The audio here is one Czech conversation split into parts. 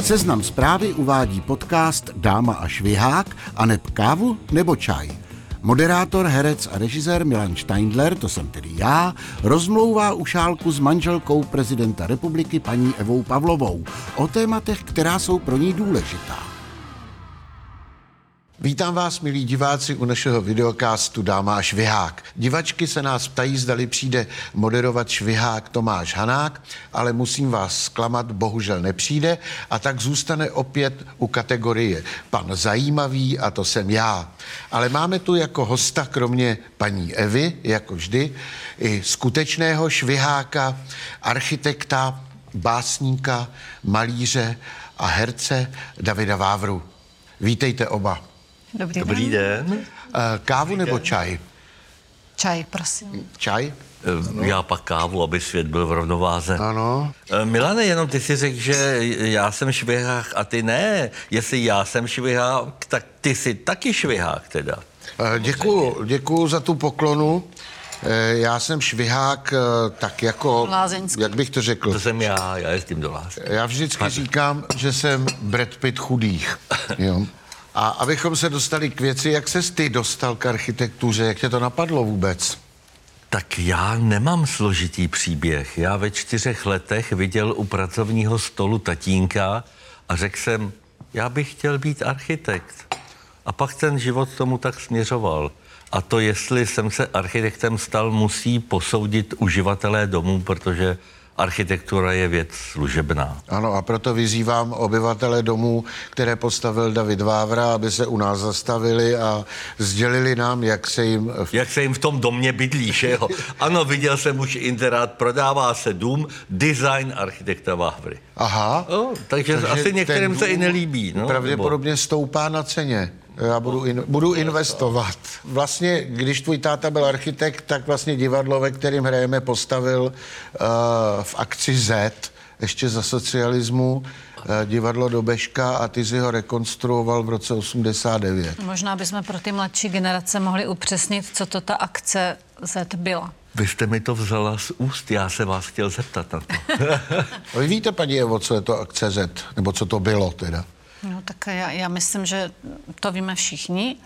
Seznam Zprávy uvádí podcast Dáma a švihák a neb kávu nebo čaj. Moderátor, herec a režisér Milan Steindler, to jsem tedy já, rozmlouvá u šálku s manželkou prezidenta republiky paní Evou Pavlovou o tématech, která jsou pro ní důležitá. Vítám vás, milí diváci, u našeho videocastu Dáma a švihák. Divačky se nás ptají, zdali přijde moderovat švihák Tomáš Hanák, ale musím vás zklamat, bohužel nepřijde, a tak zůstane opět u kategorie pan zajímavý, a to jsem já. Ale máme tu jako hosta, kromě paní Evy, jako vždy, i skutečného šviháka, architekta, básníka, malíře a herce Davida Vávru. Vítejte oba. Dobrý den. Kávu nebo čaj? Čaj, prosím. Čaj? Já pak kávu, aby svět byl v rovnováze. Ano. Milane, jenom ty si řekl, že já jsem švihák a ty ne. Jestli já jsem švihák, tak ty jsi taky švihák teda. Děkuju za tu poklonu. Já jsem švihák tak jako, lázeňský. Jak bych to řekl? To jsem já jezdím do Lázně. Já vždycky říkám, že jsem Brad Pitt chudých. Jo. A abychom se dostali k věci, jak ses ty dostal k architektuře, jak tě to napadlo vůbec? Tak já nemám složitý příběh. Já ve 4 letech viděl u pracovního stolu tatínka a řekl jsem, já bych chtěl být architekt. A pak ten život tomu tak směřoval. A to, jestli jsem se architektem stal, musí posoudit uživatelé domů, protože architektura je věc služebná. Ano, a proto vyzývám obyvatele domů, které postavil David Vávra, aby se u nás zastavili a sdělili nám, jak se jim v tom domě bydlí, že jo? Ano, viděl jsem už interát, prodává se dům, design architekta Vávry. Aha. Takže asi některým se i nelíbí. No? Pravděpodobně stoupá na ceně. Já budu investovat. Vlastně, když tvůj táta byl architekt, tak vlastně divadlo, ve kterém hrajeme, postavil v akci Z, ještě za socialismu, divadlo do Beška, a ty si ho rekonstruoval v roce 89. Možná bychom pro ty mladší generace mohli upřesnit, co to ta akce Z byla. Vy jste mi to vzala z úst, já se vás chtěl zeptat na to. Vy víte, paní Evo, co je to akce Z? Nebo co to bylo teda? No tak já myslím, že to víme všichni.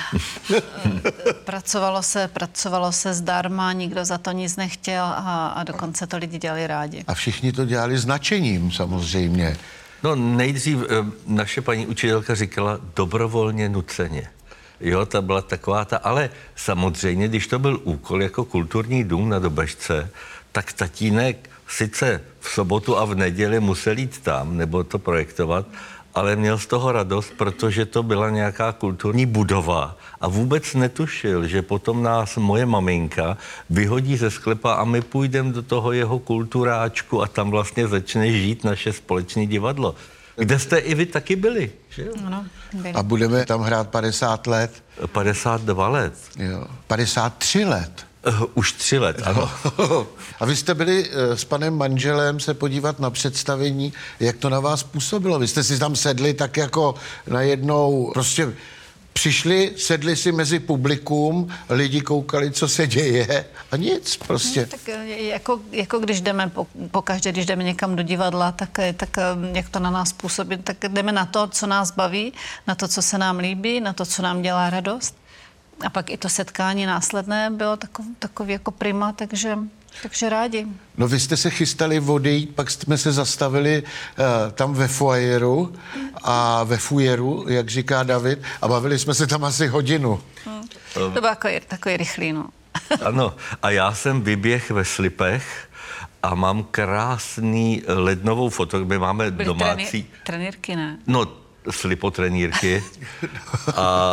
Pracovalo se zdarma, nikdo za to nic nechtěl a dokonce to lidi dělali rádi. A všichni to dělali s nadšením, samozřejmě. No nejdřív naše paní učitelka říkala dobrovolně, nuceně. Jo, ta byla taková ta, ale samozřejmě, když to byl úkol jako kulturní dům na Dobežce, tak tatínek sice v sobotu a v neděli musel jít tam, nebo to projektovat, ale měl z toho radost, protože to byla nějaká kulturní budova a vůbec netušil, že potom nás moje maminka vyhodí ze sklepa a my půjdeme do toho jeho kulturáčku a tam vlastně začne žít naše společné divadlo. Kde jste i vy taky byli, že jo? Ano, byli. A budeme tam hrát 50 let? 52 let. Jo. 53 let? Už 3 let, ano. A vy jste byli s panem manželem se podívat na představení, jak to na vás působilo? Vy jste si tam sedli tak jako najednou, prostě přišli, sedli si mezi publikum, lidi koukali, co se děje a nic prostě. No, tak jako když jdeme, pokaždé, když jdeme někam do divadla, tak jak to na nás působí, tak jdeme na to, co nás baví, na to, co se nám líbí, na to, co nám dělá radost. A pak i to setkání následné bylo takový jako prima, takže rádi. No vy jste se chystali odejít, pak jsme se zastavili tam ve foyeru a ve fujeru, jak říká David, a bavili jsme se tam asi hodinu. To bylo takový rychlý, no. Ano, a já jsem vyběh ve slipech a mám krásný lednovou fotografii, máme byly domácí... trenýrky, ne? No, slipotrenýrky. A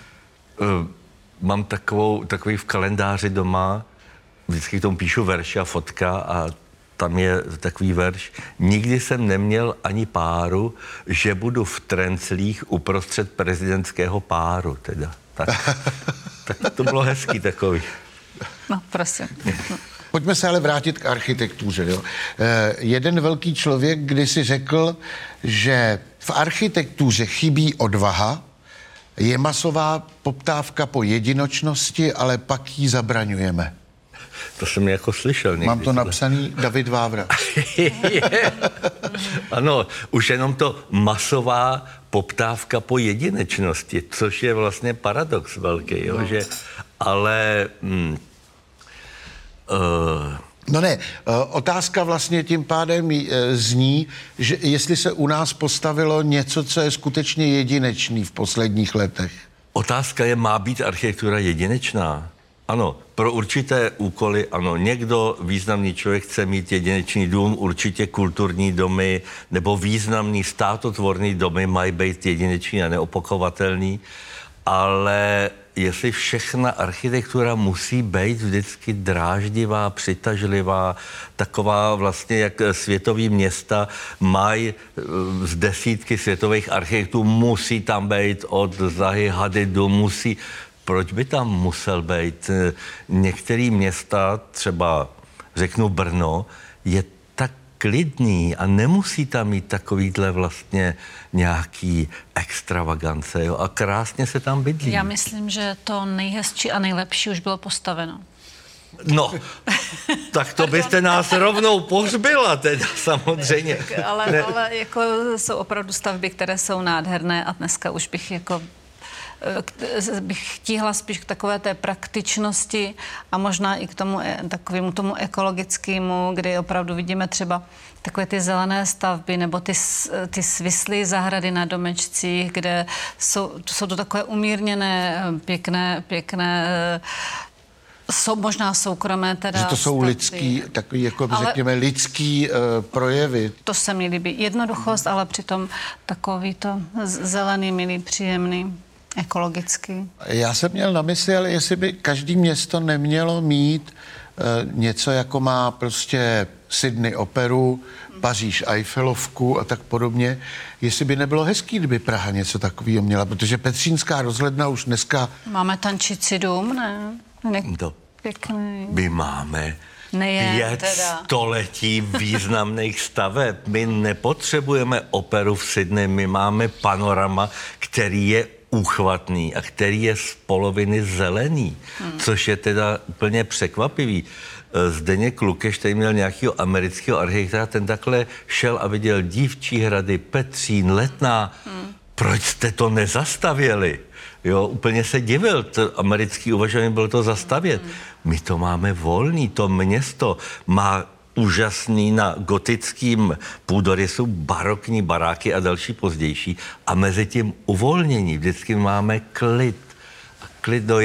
mám takový v kalendáři doma, vždycky k tomu píšu verše a fotka a tam je takový verš. Nikdy jsem neměl ani páru, že budu v trenclích uprostřed prezidentského páru, teda. Tak to bylo hezký takový. No, prosím. Pojďme se ale vrátit k architektuře. Jo. Jeden velký člověk kdysi řekl, že v architektuře chybí odvaha, je masová poptávka po jedinočnosti, ale pak jí zabraňujeme. To jsem jako slyšel někdy. Mám to napsaný David Vávra. Ano, už jenom to masová poptávka po jedinečnosti, což je vlastně paradox velký, jo, že, ale... No ne, otázka vlastně tím pádem zní, že jestli se u nás postavilo něco, co je skutečně jedinečný v posledních letech. Otázka je, má být architektura jedinečná? Ano, pro určité úkoly, ano, někdo, významný člověk chce mít jedinečný dům, určitě kulturní domy nebo významný státotvorný domy mají být jedinečný a neopakovatelný, ale jestli všechna architektura musí být vždycky dráždivá, přitažlivá, taková vlastně, jak světový města mají z desítky světových architektů, musí tam být od Zahy Hadidu, musí... Proč by tam musel být? Některé města, třeba řeknu Brno, je tak klidný a nemusí tam mít takovýhle vlastně nějaký extravagance, jo? A krásně se tam bydlí. Já myslím, že to nejhezčí a nejlepší už bylo postaveno. No, tak to byste nás rovnou pohřbila teda, samozřejmě. Ale jako jsou opravdu stavby, které jsou nádherné a dneska už bych jako bych tíhla spíš k takové té praktičnosti a možná i k tomu takovému tomu ekologickému, kdy opravdu vidíme třeba takové ty zelené stavby nebo ty svislé zahrady na domečcích, kde jsou to takové umírněné, pěkné jsou možná soukromé teda. Že to jsou stavby. lidský, takový jako řekněme lidský projevy. To se mi líbí. Jednoduchost, ale přitom takový to zelený, milý, příjemný. Ekologicky. Já jsem měl na mysli, ale jestli by každý město nemělo mít něco, jako má prostě Sydney operu, Paříž Eiffelovku a tak podobně, jestli by nebylo hezký, kdyby Praha něco takového měla, protože Petřínská rozhledna už dneska... Máme tančící dům, ne? To pěkný. My máme 5 teda. století významných staveb. My nepotřebujeme operu v Sydney, my máme panorama, který je úchvatný a který je z poloviny zelený, což je teda úplně překvapivý. Zdeněk Lukeš, který měl nějakého amerického architekta, ten takhle šel a viděl Dívčí hrady, Petřín, Letná. Proč jste to nezastavěli? Jo, úplně se divil, to americký uvažování bylo to zastavět. My to máme volný, to město má úžasný na gotickým půdorysu barokní baráky a další pozdější a mezi tím uvolnění vždycky máme klid. A klid, no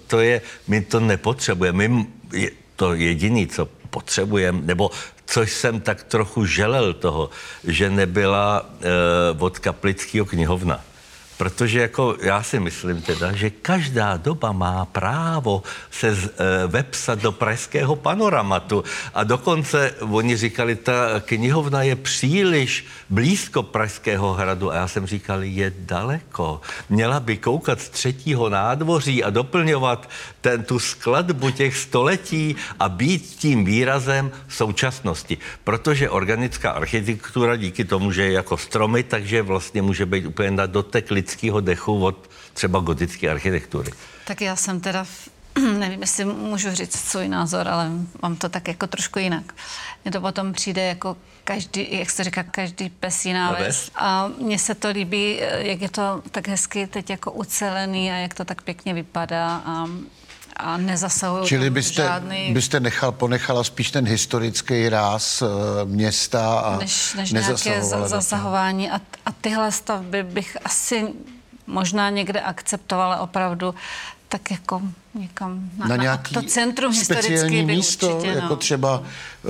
my to nepotřebujeme. To jediné, co potřebujeme, nebo což jsem tak trochu želel toho, že nebyla od Kaplického knihovna. Protože jako já si myslím teda, že každá doba má právo se vepsat do pražského panoramatu. A dokonce oni říkali, ta knihovna je příliš blízko Pražského hradu. A já jsem říkal, je daleko. Měla by koukat z 3. nádvoří a doplňovat tu skladbu těch století a být tím výrazem současnosti. Protože organická architektura díky tomu, že je jako stromy, takže vlastně může být úplně na dotek lidského dechu od třeba gotické architektury. Tak já jsem teda, nevím, jestli můžu říct svůj názor, ale mám to tak jako trošku jinak. Mně to potom přijde jako každý, jak se říká, každý pes jiná ves. A mně se to líbí, jak je to tak hezky teď jako ucelený a jak to tak pěkně vypadá a nezasahují Čili byste ponechala spíš ten historický ráz města a než nějaké zasahování. A tyhle stavby bych asi možná někde akceptovala opravdu tak jako někam na nějaký to centrum speciální místo, určitě, jako třeba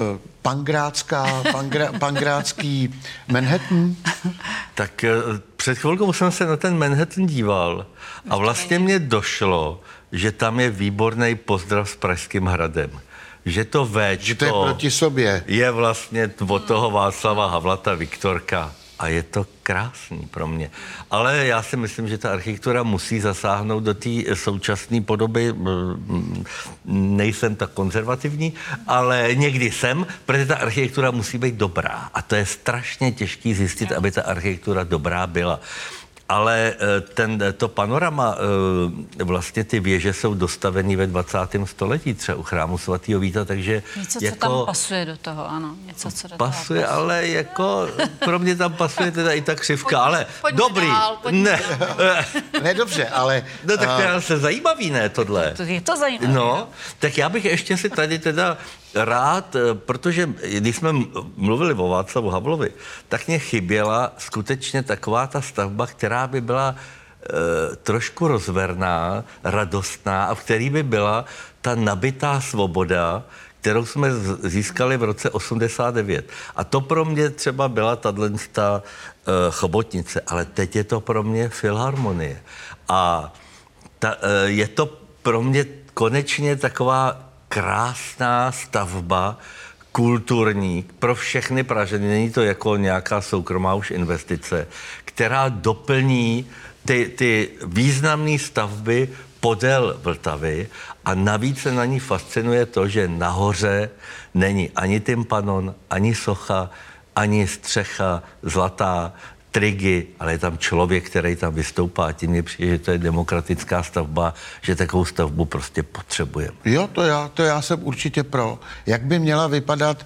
pangrátský Manhattan? Tak před chvilkou jsem se na ten Manhattan díval a vlastně mně došlo, že tam je výborný pozdrav s Pražským hradem. Že to Véčko že to je proti sobě. Je vlastně od toho Václava Havla ta Viktorka. A je to krásný pro mě. Ale já si myslím, že ta architektura musí zasáhnout do té současné podoby. Nejsem tak konzervativní, ale někdy jsem, protože ta architektura musí být dobrá. A to je strašně těžký zjistit, aby ta architektura dobrá byla. Ale to panorama, vlastně ty věže jsou dostaveny ve 20. století, třeba u chrámu svatého Víta, takže Něco, jako, co tam pasuje do toho, ano. Něco, co do toho pasuje, ale jako pro mě tam pasuje teda i ta křivka, ale pojďme dobrý. dál, pojďme Ne, dobře, ale... No tak to je se zajímavý, ne, tohle? Je to zajímavé. No, tak já bych ještě si tady teda rád, protože když jsme mluvili o Václavu Havlovi, tak mě chyběla skutečně taková ta stavba, která by byla trošku rozverná, radostná a v který by byla ta nabitá svoboda, kterou jsme získali v roce 89. A to pro mě třeba byla tato chobotnice, ale teď je to pro mě filharmonie. A je to pro mě konečně taková krásná stavba, kulturní, pro všechny Pražany. Není to jako nějaká soukromá už investice, která doplní ty významné stavby podél Vltavy a navíc se na ní fascinuje to, že nahoře není ani tympanon, ani socha, ani střecha zlatá, trigy, ale je tam člověk, který tam vystoupá a tím je přijde, že to je demokratická stavba, že takovou stavbu prostě potřebujeme. Jo, to já jsem určitě pro. Jak by měla vypadat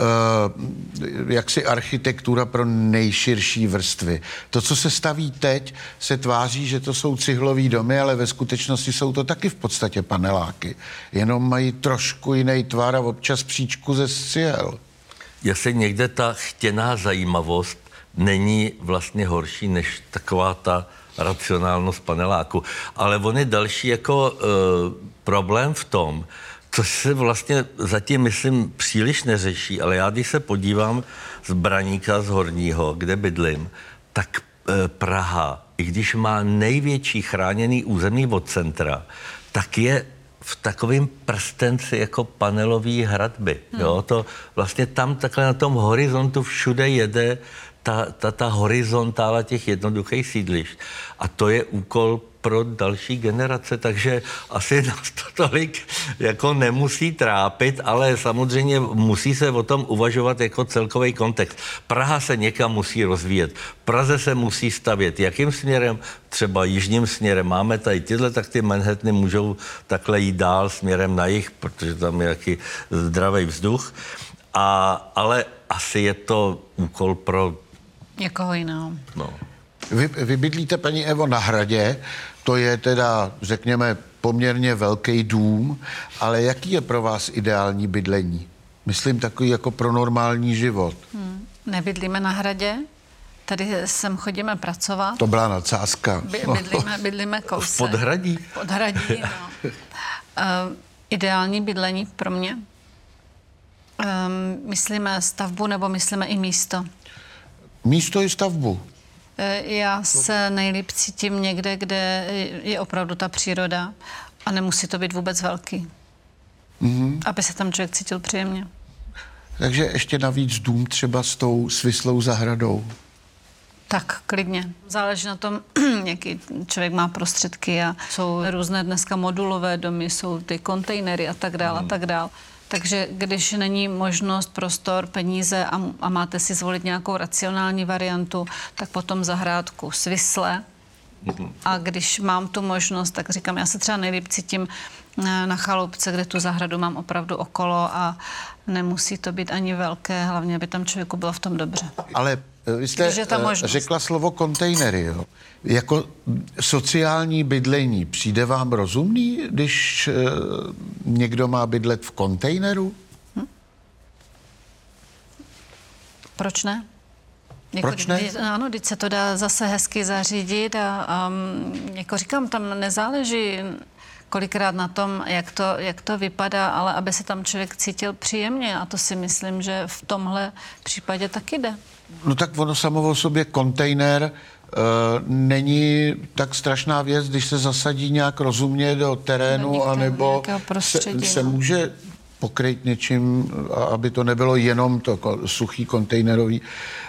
jaksi architektura pro nejširší vrstvy? To, co se staví teď, se tváří, že to jsou cihlový domy, ale ve skutečnosti jsou to taky v podstatě paneláky. Jenom mají trošku jiný tvar a občas příčku ze cihel. Jestli někde ta chtěná zajímavost není vlastně horší než taková ta racionálnost paneláku. Ale on je další jako problém v tom, co se vlastně zatím, myslím, příliš neřeší, ale já, když se podívám z Braníka, z Horního, kde bydlím, tak Praha, i když má největší chráněný území od centra, tak je v takovém prstenci jako panelový hradby. Jo? To vlastně tam takhle na tom horizontu všude jede ta horizontála těch jednoduchých sídlišť. A to je úkol pro další generace, takže asi nás to tolik jako nemusí trápit, ale samozřejmě musí se o tom uvažovat jako celkový kontext. Praha se někam musí rozvíjet. V Praze se musí stavět. Jakým směrem? Třeba jižním směrem. Máme tady tyhle, tak ty Manhattany můžou takhle jít dál směrem na jih, protože tam je jaký zdravý vzduch. Ale asi je to úkol pro někoho jiného. No. Vy bydlíte, paní Evo, na Hradě, to je teda, řekněme, poměrně velký dům, ale jaký je pro vás ideální bydlení? Myslím takový jako pro normální život. Nebydlíme na Hradě, tady sem chodíme pracovat. To byla nadsázka. Bydlíme kousek. V podhradí? V podhradí, no. Ideální bydlení pro mě? Myslíme stavbu nebo myslíme i místo? Místo i stavbu. Já se nejlíp cítím někde, kde je opravdu ta příroda a nemusí to být vůbec velký. Aby se tam člověk cítil příjemně. Takže ještě navíc dům třeba s tou svislou zahradou. Tak, klidně. Záleží na tom, jaký člověk má prostředky a jsou různé dneska modulové domy, jsou ty kontejnery a tak dál a tak dál. Takže když není možnost, prostor, peníze a máte si zvolit nějakou racionální variantu, tak potom zahrádku svisle. A když mám tu možnost, tak říkám, já se třeba nejlíp cítím na chalupce, kde tu zahradu mám opravdu okolo a nemusí to být ani velké, hlavně, aby tam člověku bylo v tom dobře. Ale vy jste řekla slovo kontejnery, jo? Jako sociální bydlení, přijde vám rozumný, když někdo má bydlet v kontejneru? Proč ne? Proč ne? Ano, teď se to dá zase hezky zařídit a jako říkám, tam nezáleží kolikrát na tom, jak to vypadá, ale aby se tam člověk cítil příjemně a to si myslím, že v tomhle případě taky jde. No tak ono samo o sobě kontejner není tak strašná věc, když se zasadí nějak rozumně do terénu, anebo se může pokryt něčím, aby to nebylo jenom to suchý kontejnerový.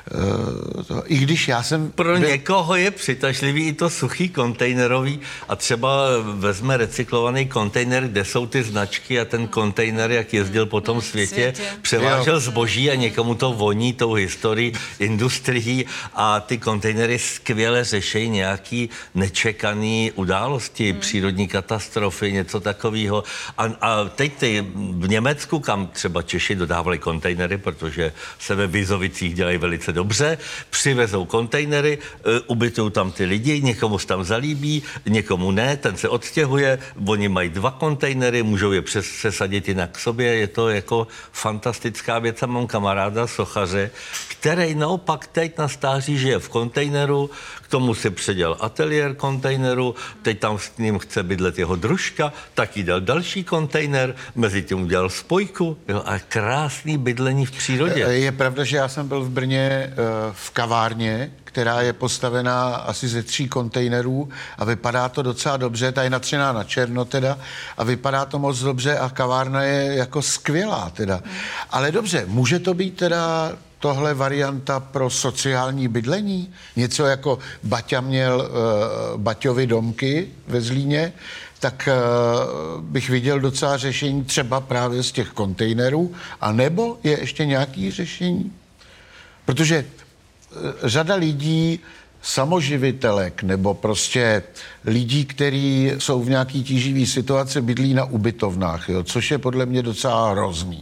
I když já jsem... Pro někoho je přitažlivý i to suchý kontejnerový a třeba vezme recyklovaný kontejner, kde jsou ty značky a ten kontejner, jak jezdil po tom světě, převážel zboží a někomu to voní tou historií, industrií a ty kontejnery skvěle řeší nějaký nečekaný události, přírodní katastrofy, něco takového. A teď v Německu, kam třeba Češi dodávali kontejnery, protože se ve Vizovicích dělají velice dobře, přivezou kontejnery, ubytují tam ty lidi, někomu se tam zalíbí, někomu ne, ten se odstěhuje, oni mají 2 kontejnery, můžou je přesadit jinak k sobě, je to jako fantastická věc. A mám kamaráda, sochaře, který naopak teď na stáří žije v kontejneru, k tomu si předěl ateliér kontejneru, teď tam s ním chce bydlet jeho družka, tak jí dal další kontejner, mezi tím udělal spojku, jo, a krásný bydlení v přírodě. Je pravda, že já jsem byl v Brně v kavárně, která je postavená asi ze 3 kontejnerů a vypadá to docela dobře, ta je natřená na černo teda a vypadá to moc dobře a kavárna je jako skvělá teda. Ale dobře, může to být teda tohle varianta pro sociální bydlení? Něco jako Baťa měl Baťovy domky ve Zlíně, tak bych viděl docela řešení třeba právě z těch kontejnerů, a nebo je ještě nějaký řešení? Protože řada lidí, samoživitelek nebo prostě lidí, kteří jsou v nějaký tíživý situaci, bydlí na ubytovnách, jo, což je podle mě docela hrozný.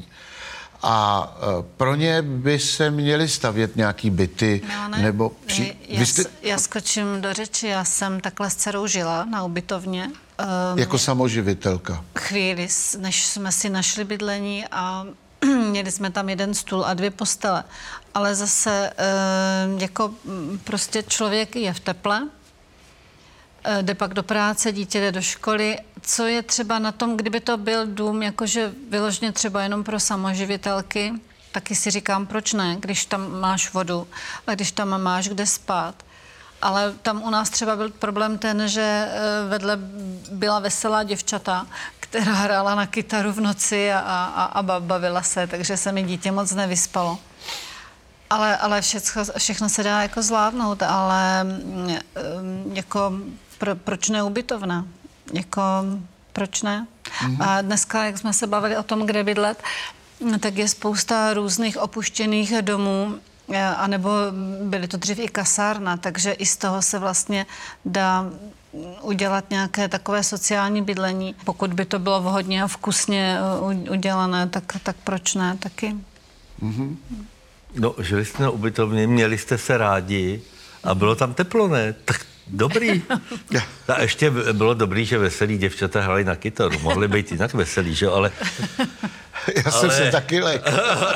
A pro ně by se měly stavět nějaký byty, nebo... Já skočím do řeči, já jsem takhle s dcerou žila na ubytovně. Jako samoživitelka. Chvíli, než jsme si našli bydlení a měli jsme tam 1 stůl a 2 postele. Ale zase jako prostě člověk je v teple, jde pak do práce, dítě jde do školy. Co je třeba na tom, kdyby to byl dům, jakože vyloženě třeba jenom pro samoživitelky, taky si říkám, proč ne, když tam máš vodu a když tam máš kde spát. Ale tam u nás třeba byl problém ten, že vedle byla veselá děvčata, která hrála na kytaru v noci a bavila se, takže se mi dítě moc nevyspalo. Ale všechno se dá jako zvládnout, ale jako proč ne ubytovna? Jako proč ne? A dneska, jak jsme se bavili o tom, kde bydlet, tak je spousta různých opuštěných domů, anebo byly to dřív i kasárna, takže i z toho se vlastně dá udělat nějaké takové sociální bydlení. Pokud by to bylo vhodně a vkusně udělané, tak proč ne taky? No, žili jste na ubytovně, měli jste se rádi a bylo tam teplo, ne? Tak dobrý. A ještě bylo dobrý, že veselí děvčata hráli na kytaru. Mohli být jinak veselí, že? Ale já jsem se taky lekl.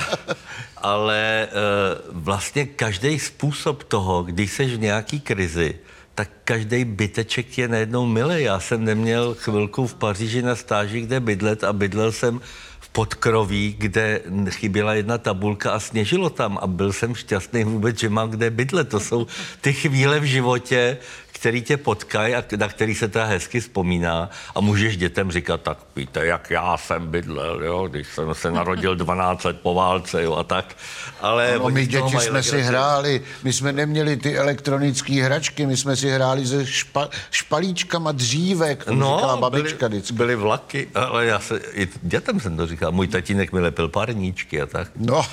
Ale vlastně každý způsob toho, když seš v nějaký krizi, tak každý byteček je najednou milý. Já jsem neměl chvilku v Paříži na stáži, kde bydlet a bydlel jsem v Podkroví, kde chyběla 1 tabulka a sněžilo tam a byl jsem šťastný vůbec, že mám kde bydlet. To jsou ty chvíle v životě, který tě potkají a na který se teda hezky vzpomíná a můžeš dětem říkat, tak víte, jak já jsem bydlel, jo, když jsem se narodil 12 let po válce, jo, a tak. Ale no, my děti jsme si hráli, my jsme neměli ty elektronické hračky, my jsme si hráli se špalíčkama dřívek, to říkala babička vždycky. Byly vlaky, ale i dětem jsem to říkal, můj tatínek mi lepil parníčky a tak. No,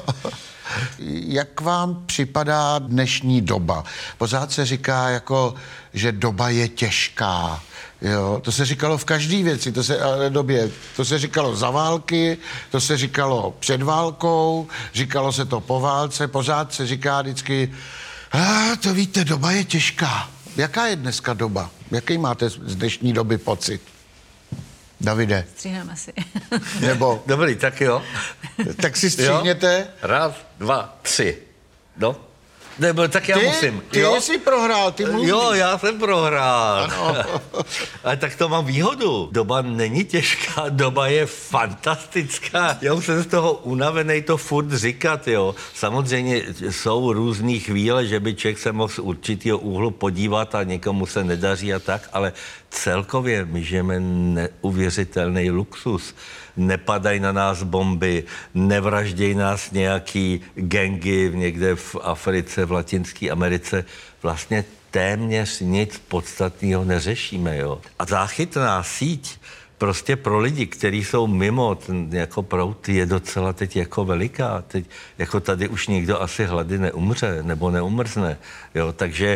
jak vám připadá dnešní doba? Pořád se říká, jako, že doba je těžká. Jo? To se říkalo v každé věci, to se říkalo za války, to se říkalo před válkou, říkalo se to po válce, pořád se říká vždycky, to víte, doba je těžká. Jaká je dneska doba? Jaký máte z dnešní doby pocit? Davide. Stříhneme si. Nebo... Dobrý, tak jo. Tak si stříhněte. Jo? 1, 2, 3. No. Nebo tak já musím. Ty jsi prohrál, ty mluvíš. Jo, já jsem prohrál. Ano. Ale tak to mám výhodu. Doba není těžká, doba je fantastická. Já už jsem z toho unavený to furt říkat, jo. Samozřejmě jsou různé chvíle, že by člověk se mohl z určitého úhlu podívat a někomu se nedaří a tak, ale celkově my žijeme neuvěřitelný luxus. Nepadají na nás bomby, nevraždějí nás nějaký gangy někde v Africe, v Latinské Americe. Vlastně téměř nic podstatného neřešíme, jo. A záchytná síť prostě pro lidi, kteří jsou mimo jako proud, je docela teď jako veliká. Teď jako tady už nikdo asi hlady neumře nebo neumrzne, jo. Takže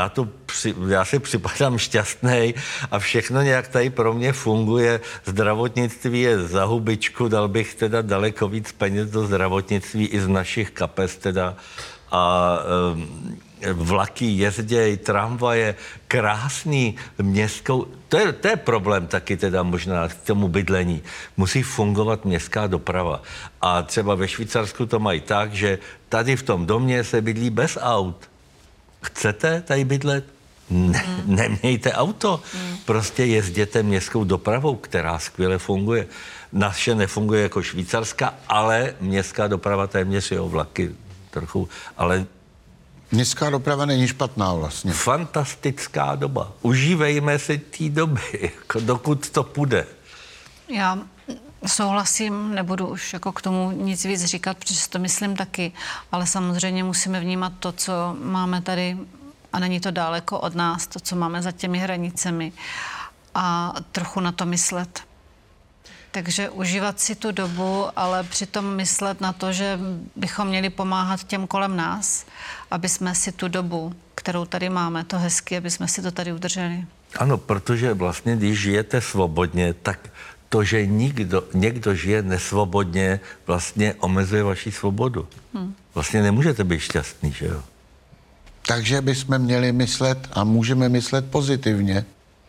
já si připadám šťastnej a všechno nějak tady pro mě funguje. Zdravotnictví je za hubičku, dal bych teda daleko víc peněz do zdravotnictví i z našich kapes teda a vlaky jezdějí, tramvaje, krásný městskou... To je problém taky teda možná k tomu bydlení. Musí fungovat městská doprava. A třeba ve Švýcarsku to mají tak, že tady v tom domě se bydlí bez aut. Chcete tady bydlet? Ne, nemějte auto. Prostě jezděte městskou dopravou, která skvěle funguje. Naše nefunguje jako švýcarská, ale městská doprava téměř, jo, vlaky trochu, ale Městská doprava není špatná vlastně. fantastická doba. Užívejme si té doby, jako dokud to půjde. Já souhlasím, nebudu už jako k tomu nic víc říkat, protože si to myslím taky, ale samozřejmě musíme vnímat to, co máme tady a není to daleko od nás, to, co máme za těmi hranicemi a trochu na to myslet. Takže užívat si tu dobu, ale přitom myslet na to, že bychom měli pomáhat těm kolem nás, aby jsme si tu dobu, kterou tady máme, to hezky, aby jsme si to tady udrželi. Ano, protože vlastně, když žijete svobodně, tak to, že někdo žije nesvobodně, vlastně omezuje vaši svobodu. Vlastně nemůžete být šťastný, že jo? Takže bychom měli myslet a můžeme myslet pozitivně.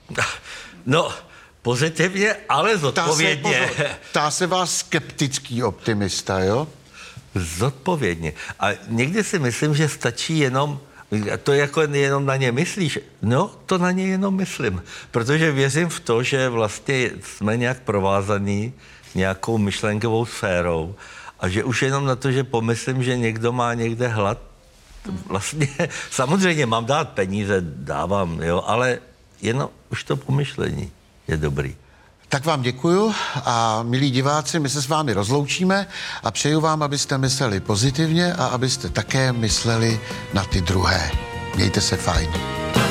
No, pozitivně, ale zodpovědně. Ptá se vás skeptický optimista, jo? Zodpovědně. A někdy si myslím, že stačí jenom, to jako jenom na ně myslíš. No, to na ně jenom myslím. Protože věřím v to, že vlastně jsme nějak provázaný nějakou myšlenkovou sférou a že už jenom na to, že pomyslím, že někdo má někde hlad, vlastně, samozřejmě mám dát peníze, dávám, jo, ale jenom už to pomyšlení je dobrý. Tak vám děkuju a milí diváci, my se s vámi rozloučíme a přeju vám, abyste mysleli pozitivně a abyste také mysleli na ty druhé. Mějte se fajn.